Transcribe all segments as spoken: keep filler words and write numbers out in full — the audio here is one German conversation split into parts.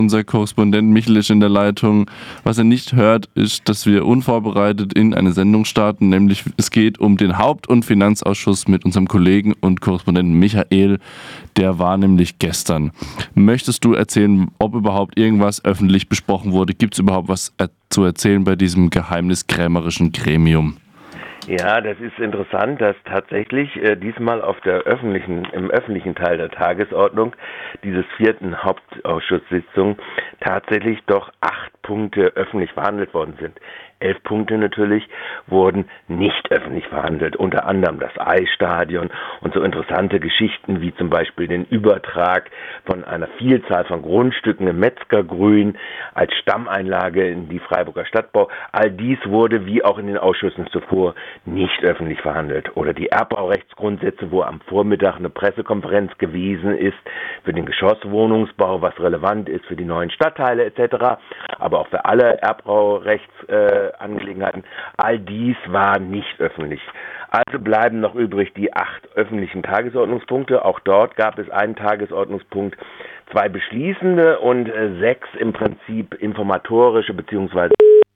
Unser Korrespondent Michel ist in der Leitung. Was er nicht hört, ist, dass wir unvorbereitet in eine Sendung starten, nämlich es geht um den Haupt- und Finanzausschuss mit unserem Kollegen und Korrespondenten Michael. Der war nämlich gestern. Möchtest du erzählen, ob überhaupt irgendwas öffentlich besprochen wurde? Gibt es überhaupt was zu erzählen bei diesem geheimniskrämerischen Gremium? Ja, das ist interessant, dass tatsächlich äh, diesmal auf der öffentlichen, im öffentlichen Teil der Tagesordnung dieses vierten Hauptausschusssitzung tatsächlich doch acht Punkte öffentlich verhandelt worden sind. Elf Punkte natürlich wurden nicht öffentlich verhandelt, unter anderem das Eisstadion und so interessante Geschichten wie zum Beispiel den Übertrag von einer Vielzahl von Grundstücken im Metzgergrün als Stammeinlage in die Freiburger Stadtbau. All dies wurde, wie auch in den Ausschüssen zuvor, nicht öffentlich verhandelt. Oder die Erbbaurechtsgrundsätze, wo am Vormittag eine Pressekonferenz gewesen ist für den Geschosswohnungsbau, was relevant ist für die neuen Stadtteile et cetera, aber auch für alle Erbbaurechtsangelegenheiten. Äh, All dies war nicht öffentlich. Also bleiben noch übrig die acht öffentlichen Tagesordnungspunkte. Auch dort gab es einen Tagesordnungspunkt, zwei beschließende und äh, sechs im Prinzip informatorische bzw.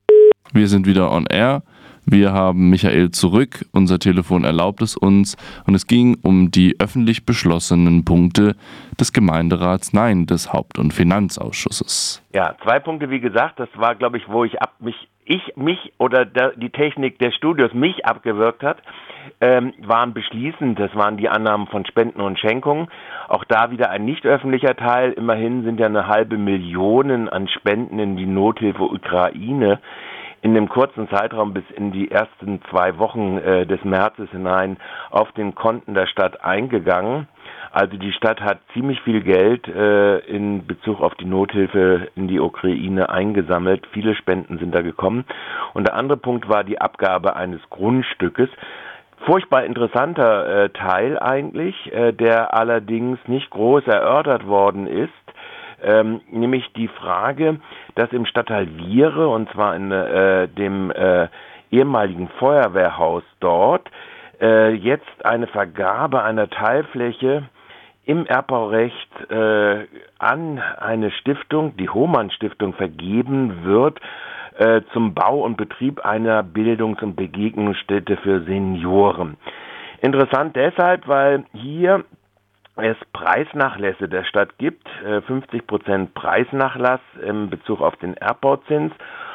Wir sind wieder on air. Wir haben Michael zurück, unser Telefon erlaubt es uns und es ging um die öffentlich beschlossenen Punkte des Gemeinderats, nein, des Haupt- und Finanzausschusses. Ja, zwei Punkte, wie gesagt, das war, glaube ich, wo ich ab mich, ich mich oder der, die Technik des Studios mich abgewürgt hat, ähm, waren beschließend, das waren die Annahmen von Spenden und Schenkungen. Auch da wieder ein nicht öffentlicher Teil, immerhin sind ja eine halbe Million an Spenden in die Nothilfe Ukraine in dem kurzen Zeitraum bis in die ersten zwei Wochen äh, des Märzes hinein auf den Konten der Stadt eingegangen. Also die Stadt hat ziemlich viel Geld äh, in Bezug auf die Nothilfe in die Ukraine eingesammelt. Viele Spenden sind da gekommen. Und der andere Punkt war die Abgabe eines Grundstückes. Furchtbar interessanter äh, Teil eigentlich, äh, der allerdings nicht groß erörtert worden ist. Ähm, nämlich die Frage, dass im Stadtteil Viere, und zwar in äh, dem äh, ehemaligen Feuerwehrhaus dort, äh, jetzt eine Vergabe einer Teilfläche im Erbbaurecht äh, an eine Stiftung, die Hohmann-Stiftung, vergeben wird äh, zum Bau und Betrieb einer Bildungs- und Begegnungsstätte für Senioren. Interessant deshalb, weil hier es Preisnachlässe der Stadt gibt, fünfzig Prozent Preisnachlass in Bezug auf den Erbbauzins.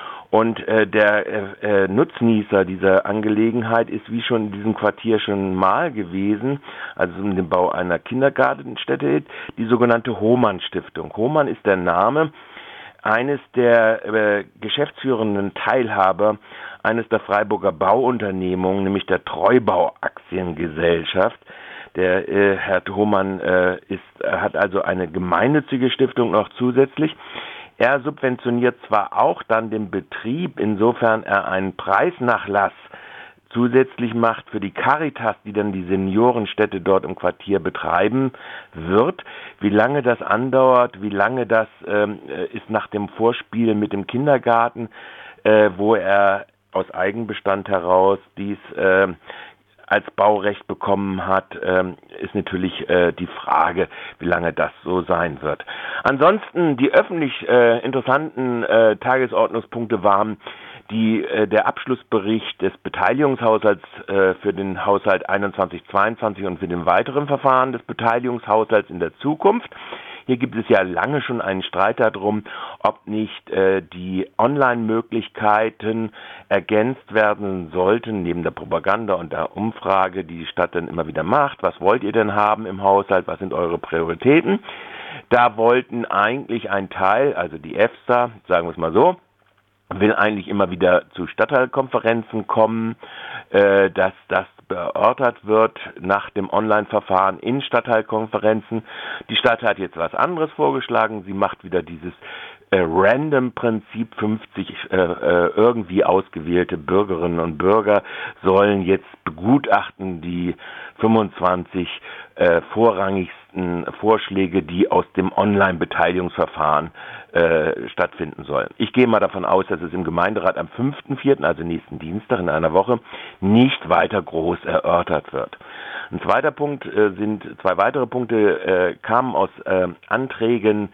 Und äh, der äh, Nutznießer dieser Angelegenheit ist wie schon in diesem Quartier schon mal gewesen, also um den Bau einer Kindergartenstätte, die sogenannte Hohmann-Stiftung. Hohmann ist der Name eines der äh, geschäftsführenden Teilhaber eines der Freiburger Bauunternehmungen, nämlich der Treubau Aktiengesellschaft. Der äh, Herr Hohmann äh, ist, hat also eine gemeinnützige Stiftung noch zusätzlich. Er subventioniert zwar auch dann den Betrieb, insofern er einen Preisnachlass zusätzlich macht für die Caritas, die dann die Seniorenstätte dort im Quartier betreiben wird. Wie lange das andauert, wie lange das ähm, ist nach dem Vorspiel mit dem Kindergarten, äh, wo er aus Eigenbestand heraus dies äh, als Baurecht bekommen hat, ähm, ist natürlich äh, die Frage, wie lange das so sein wird. Ansonsten die öffentlich äh, interessanten äh, Tagesordnungspunkte waren die, äh, der Abschlussbericht des Beteiligungshaushalts äh, für den Haushalt einundzwanzig zweiundzwanzig und für den weiteren Verfahren des Beteiligungshaushalts in der Zukunft. Hier gibt es ja lange schon einen Streit darum, ob nicht äh, die Online-Möglichkeiten ergänzt werden sollten, neben der Propaganda und der Umfrage, die die Stadt dann immer wieder macht. Was wollt ihr denn haben im Haushalt? Was sind eure Prioritäten? Da wollten eigentlich ein Teil, also die EFSA, sagen wir es mal so, will eigentlich immer wieder zu Stadtteilkonferenzen kommen, äh, dass das beörtert wird nach dem Online-Verfahren in Stadtteilkonferenzen. Die Stadt hat jetzt was anderes vorgeschlagen. Sie macht wieder dieses äh, Random-Prinzip. fünfzig äh, äh, irgendwie ausgewählte Bürgerinnen und Bürger sollen jetzt begutachten die fünfundzwanzig äh, vorrangigsten Vorschläge, die aus dem Online-Beteiligungsverfahren äh, stattfinden sollen. Ich gehe mal davon aus, dass es im Gemeinderat am fünften vierten, also nächsten Dienstag in einer Woche, nicht weiter groß erörtert wird. Ein zweiter Punkt äh, sind, zwei weitere Punkte äh, kamen aus äh, Anträgen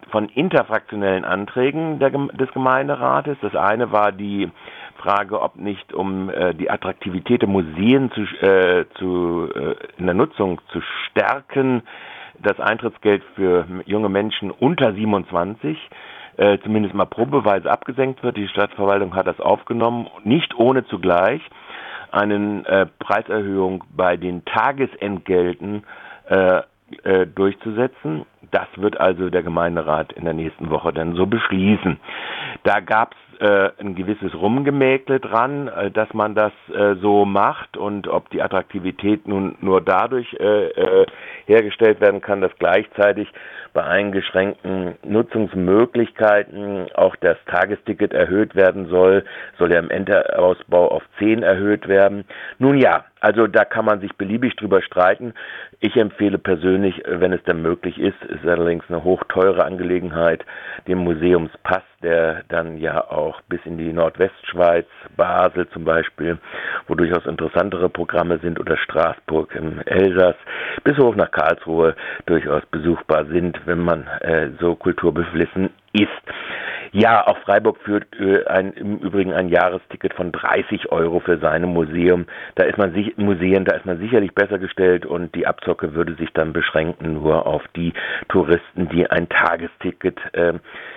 von interfraktionellen Anträgen der, des Gemeinderates. Das eine war die Frage, ob nicht, um äh, die Attraktivität der Museen zu, äh, zu, äh, in der Nutzung zu stärken, das Eintrittsgeld für junge Menschen unter siebenundzwanzig äh, zumindest mal probeweise abgesenkt wird. Die Stadtverwaltung hat das aufgenommen, nicht ohne zugleich eine äh, Preiserhöhung bei den Tagesentgelten äh, äh, durchzusetzen. Das wird also der Gemeinderat in der nächsten Woche dann so beschließen. Da gab es äh, ein gewisses Rumgemäkle dran, äh, dass man das äh, so macht und ob die Attraktivität nun nur dadurch äh, äh, hergestellt werden kann, dass gleichzeitig bei eingeschränkten Nutzungsmöglichkeiten auch das Tagesticket erhöht werden soll, soll ja im Endausbau auf zehn erhöht werden. Nun ja, also da kann man sich beliebig drüber streiten. Ich empfehle persönlich, wenn es denn möglich ist, ist allerdings eine hochteure Angelegenheit, den Museumspass, der dann ja auch bis in die Nordwestschweiz, Basel zum Beispiel, wo durchaus interessantere Programme sind, oder Straßburg im Elsass, bis hoch nach Karlsruhe durchaus besuchbar sind, wenn man äh, so kulturbeflissen ist. Ja, auch Freiburg führt äh, ein, im Übrigen ein Jahresticket von dreißig Euro für seine Museum. Da ist man sich, Museen, da ist man sicherlich besser gestellt, und die Abzocke würde sich dann beschränken nur auf die Touristen, die ein Tagesticket äh,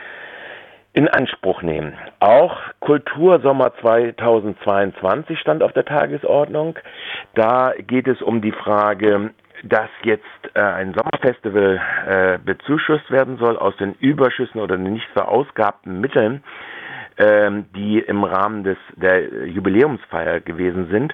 in Anspruch nehmen. Auch Kultursommer zweitausendzweiundzwanzig stand auf der Tagesordnung. Da geht es um die Frage, dass jetzt äh, ein Sommerfestival äh, bezuschusst werden soll aus den Überschüssen oder den nicht verausgabten Mitteln, ähm, die im Rahmen des der Jubiläumsfeier gewesen sind.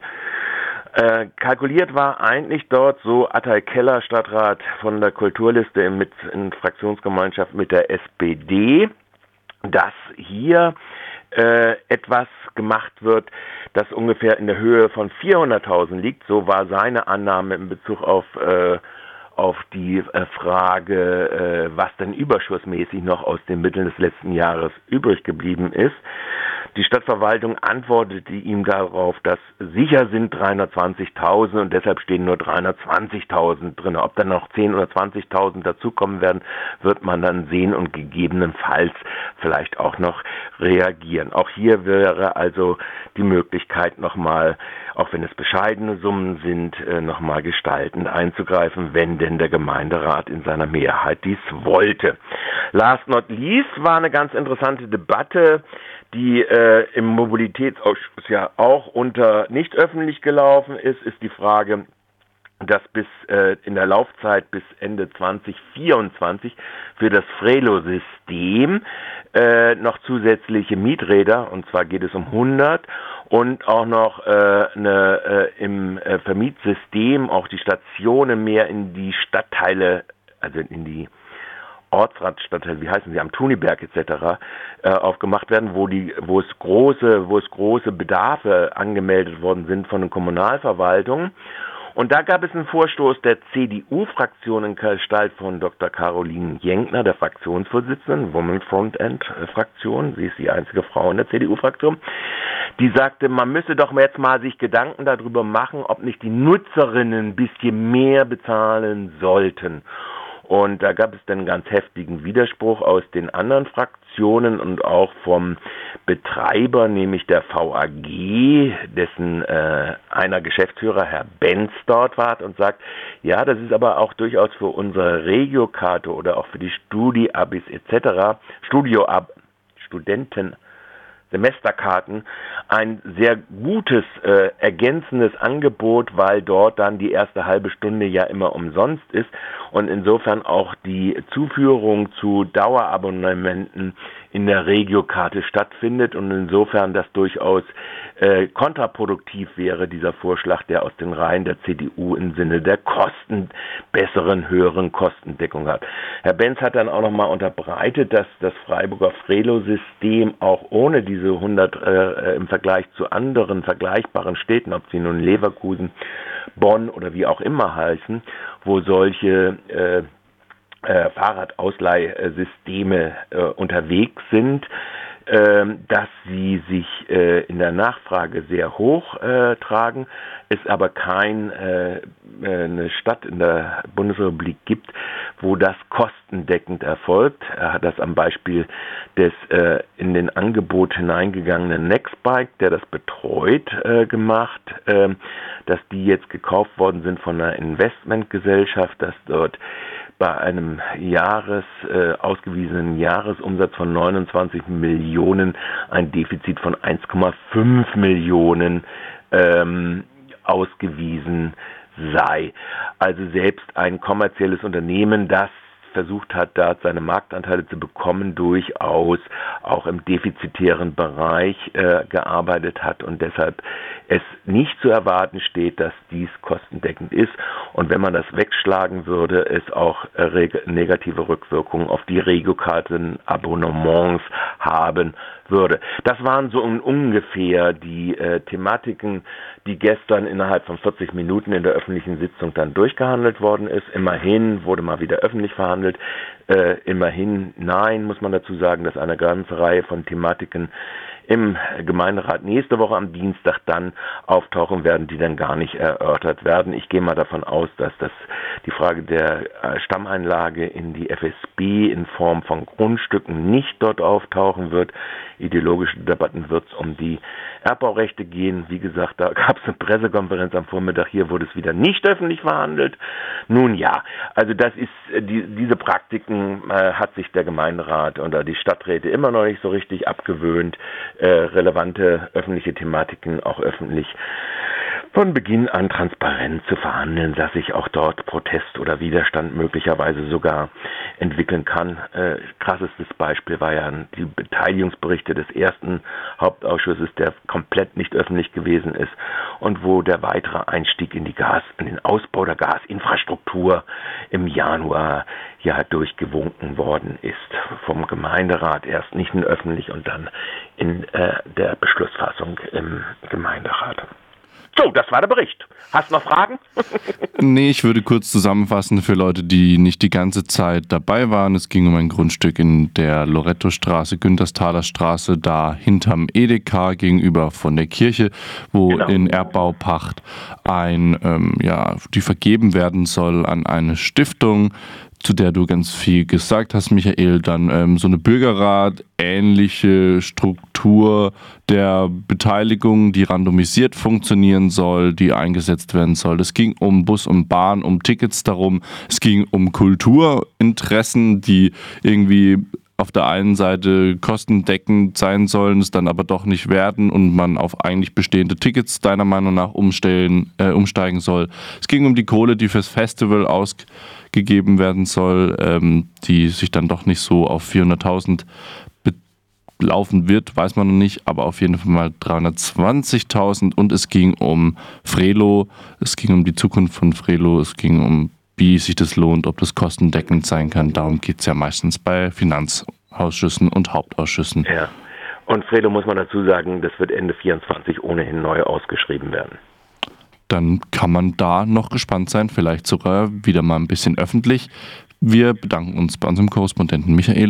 Äh, kalkuliert war eigentlich dort, so Attai Keller, Stadtrat von der Kulturliste mit, in Fraktionsgemeinschaft mit der S P D, dass hier äh, etwas gemacht wird, das ungefähr in der Höhe von vierhunderttausend liegt. So war seine Annahme in Bezug auf, äh, auf die äh, Frage, äh, was denn überschussmäßig noch aus den Mitteln des letzten Jahres übrig geblieben ist. Die Stadtverwaltung antwortete ihm darauf, dass sicher sind dreihundertzwanzigtausend und deshalb stehen nur dreihundertzwanzigtausend drin. Ob dann noch zehn oder zwanzigtausend dazukommen werden, wird man dann sehen und gegebenenfalls vielleicht auch noch reagieren. Auch hier wäre also die Möglichkeit nochmal, auch wenn es bescheidene Summen sind, nochmal gestaltend einzugreifen, wenn denn der Gemeinderat in seiner Mehrheit dies wollte. Last not least war eine ganz interessante Debatte, die äh, im Mobilitätsausschuss ja auch unter nicht öffentlich gelaufen ist, ist die Frage, dass bis äh, in der Laufzeit bis Ende zwanzig vierundzwanzig für das Frelo-System äh, noch zusätzliche Mieträder, und zwar geht es um hundert, und auch noch äh, eine, äh, im äh, Vermietsystem auch die Stationen mehr in die Stadtteile, also in die Ortsratstadtteile, wie heißen sie, am Thuniberg et cetera, äh, aufgemacht werden, wo die, wo es große, wo es große Bedarfe angemeldet worden sind von den Kommunalverwaltungen. Und da gab es einen Vorstoß der C D U-Fraktion in Gestalt von Doktor Caroline Jenkner, der Fraktionsvorsitzenden, Women Front End Fraktion, sie ist die einzige Frau in der C D U-Fraktion, die sagte, man müsse doch jetzt mal sich Gedanken darüber machen, ob nicht die Nutzerinnen ein bisschen mehr bezahlen sollten. Und da gab es dann einen ganz heftigen Widerspruch aus den anderen Fraktionen und auch vom Betreiber, nämlich der V A G, dessen äh, einer Geschäftsführer, Herr Benz, dort war und sagt, ja, das ist aber auch durchaus für unsere Regiokarte oder auch für die Studi-Abis et cetera, Studio-Ab, Studenten, Semesterkarten ein sehr gutes, äh, ergänzendes Angebot, weil dort dann die erste halbe Stunde ja immer umsonst ist und insofern auch die Zuführung zu Dauerabonnementen in der Regiokarte stattfindet und insofern das durchaus äh, kontraproduktiv wäre, dieser Vorschlag, der aus den Reihen der C D U im Sinne der Kosten, besseren, höheren Kostendeckung hat. Herr Benz hat dann auch nochmal unterbreitet, dass das Freiburger Frelo-System auch ohne diese hundert äh, im Vergleich zu anderen vergleichbaren Städten, ob sie nun Leverkusen, Bonn oder wie auch immer heißen, wo solche äh, Äh, Fahrradausleihsysteme äh, unterwegs sind, ähm, dass sie sich äh, in der Nachfrage sehr hoch äh, tragen, es aber kein äh, eine Stadt in der Bundesrepublik gibt, wo das kostendeckend erfolgt. Er hat das am Beispiel des äh, in den Angebot hineingegangenen Nextbike, der das betreut, äh, gemacht, äh, dass die jetzt gekauft worden sind von einer Investmentgesellschaft, dass dort bei einem Jahres, äh, ausgewiesenen Jahresumsatz von neunundzwanzig Millionen ein Defizit von eins Komma fünf Millionen ähm, ausgewiesen sei. Also selbst ein kommerzielles Unternehmen, das versucht hat, da seine Marktanteile zu bekommen, durchaus auch im defizitären Bereich äh, gearbeitet hat und deshalb es nicht zu erwarten steht, dass dies kostendeckend ist. Und wenn man das wegschlagen würde, es auch äh, negative Rückwirkungen auf die Regiokarten-Abonnements haben würde. Das waren so ungefähr die äh, Thematiken, die gestern innerhalb von vierzig Minuten in der öffentlichen Sitzung dann durchgehandelt worden ist. Immerhin wurde mal wieder öffentlich verhandelt. Äh, immerhin, nein, muss man dazu sagen, dass eine ganze Reihe von Thematiken im Gemeinderat nächste Woche am Dienstag dann auftauchen werden, die dann gar nicht erörtert werden. Ich gehe mal davon aus, dass das die Frage der Stammeinlage in die F S B in Form von Grundstücken nicht dort auftauchen wird. Ideologische Debatten wird es um die Erbbaurechte gehen. Wie gesagt, da gab es eine Pressekonferenz am Vormittag, hier wurde es wieder nicht öffentlich verhandelt. Nun ja, also das ist die, diese Praktiken äh, hat sich der Gemeinderat oder die Stadträte immer noch nicht so richtig abgewöhnt, äh, relevante öffentliche Thematiken auch öffentlich von Beginn an transparent zu verhandeln, dass sich auch dort Protest oder Widerstand möglicherweise sogar entwickeln kann. Äh, krassestes Beispiel war ja die Beteiligungsberichte des ersten Hauptausschusses, der komplett nicht öffentlich gewesen ist und wo der weitere Einstieg in die Gas, in den Ausbau der Gasinfrastruktur im Januar ja durchgewunken worden ist vom Gemeinderat, erst nicht in öffentlich und dann in äh, der Beschlussfassung im Gemeinderat. So, das war der Bericht. Hast du noch Fragen? Nee, ich würde kurz zusammenfassen für Leute, die nicht die ganze Zeit dabei waren. Es ging um ein Grundstück in der Lorettostraße, Güntersthaler Straße, da hinterm Edeka gegenüber von der Kirche, wo genau. in Erbbaupacht ein, ähm, ja, die vergeben werden soll an eine Stiftung, zu der du ganz viel gesagt hast, Michael, dann ähm, so eine Bürgerrat-ähnliche Struktur der Beteiligung, die randomisiert funktionieren soll, die eingesetzt werden soll. Es ging um Bus und Bahn, um Tickets darum. Es ging um Kulturinteressen, die irgendwie auf der einen Seite kostendeckend sein sollen, es dann aber doch nicht werden und man auf eigentlich bestehende Tickets deiner Meinung nach umstellen, äh, umsteigen soll. Es ging um die Kohle, die fürs Festival ausgegeben werden soll, ähm, die sich dann doch nicht so auf vierhunderttausend laufen wird, weiß man noch nicht, aber auf jeden Fall mal dreihundertzwanzigtausend und es ging um Frelo, es ging um die Zukunft von Frelo, es ging um wie sich das lohnt, ob das kostendeckend sein kann. Darum geht es ja meistens bei Finanzausschüssen und Hauptausschüssen. Ja, und Frelo muss man dazu sagen, das wird Ende vierundzwanzig ohnehin neu ausgeschrieben werden. Dann kann man da noch gespannt sein, vielleicht sogar wieder mal ein bisschen öffentlich. Wir bedanken uns bei unserem Korrespondenten Michael.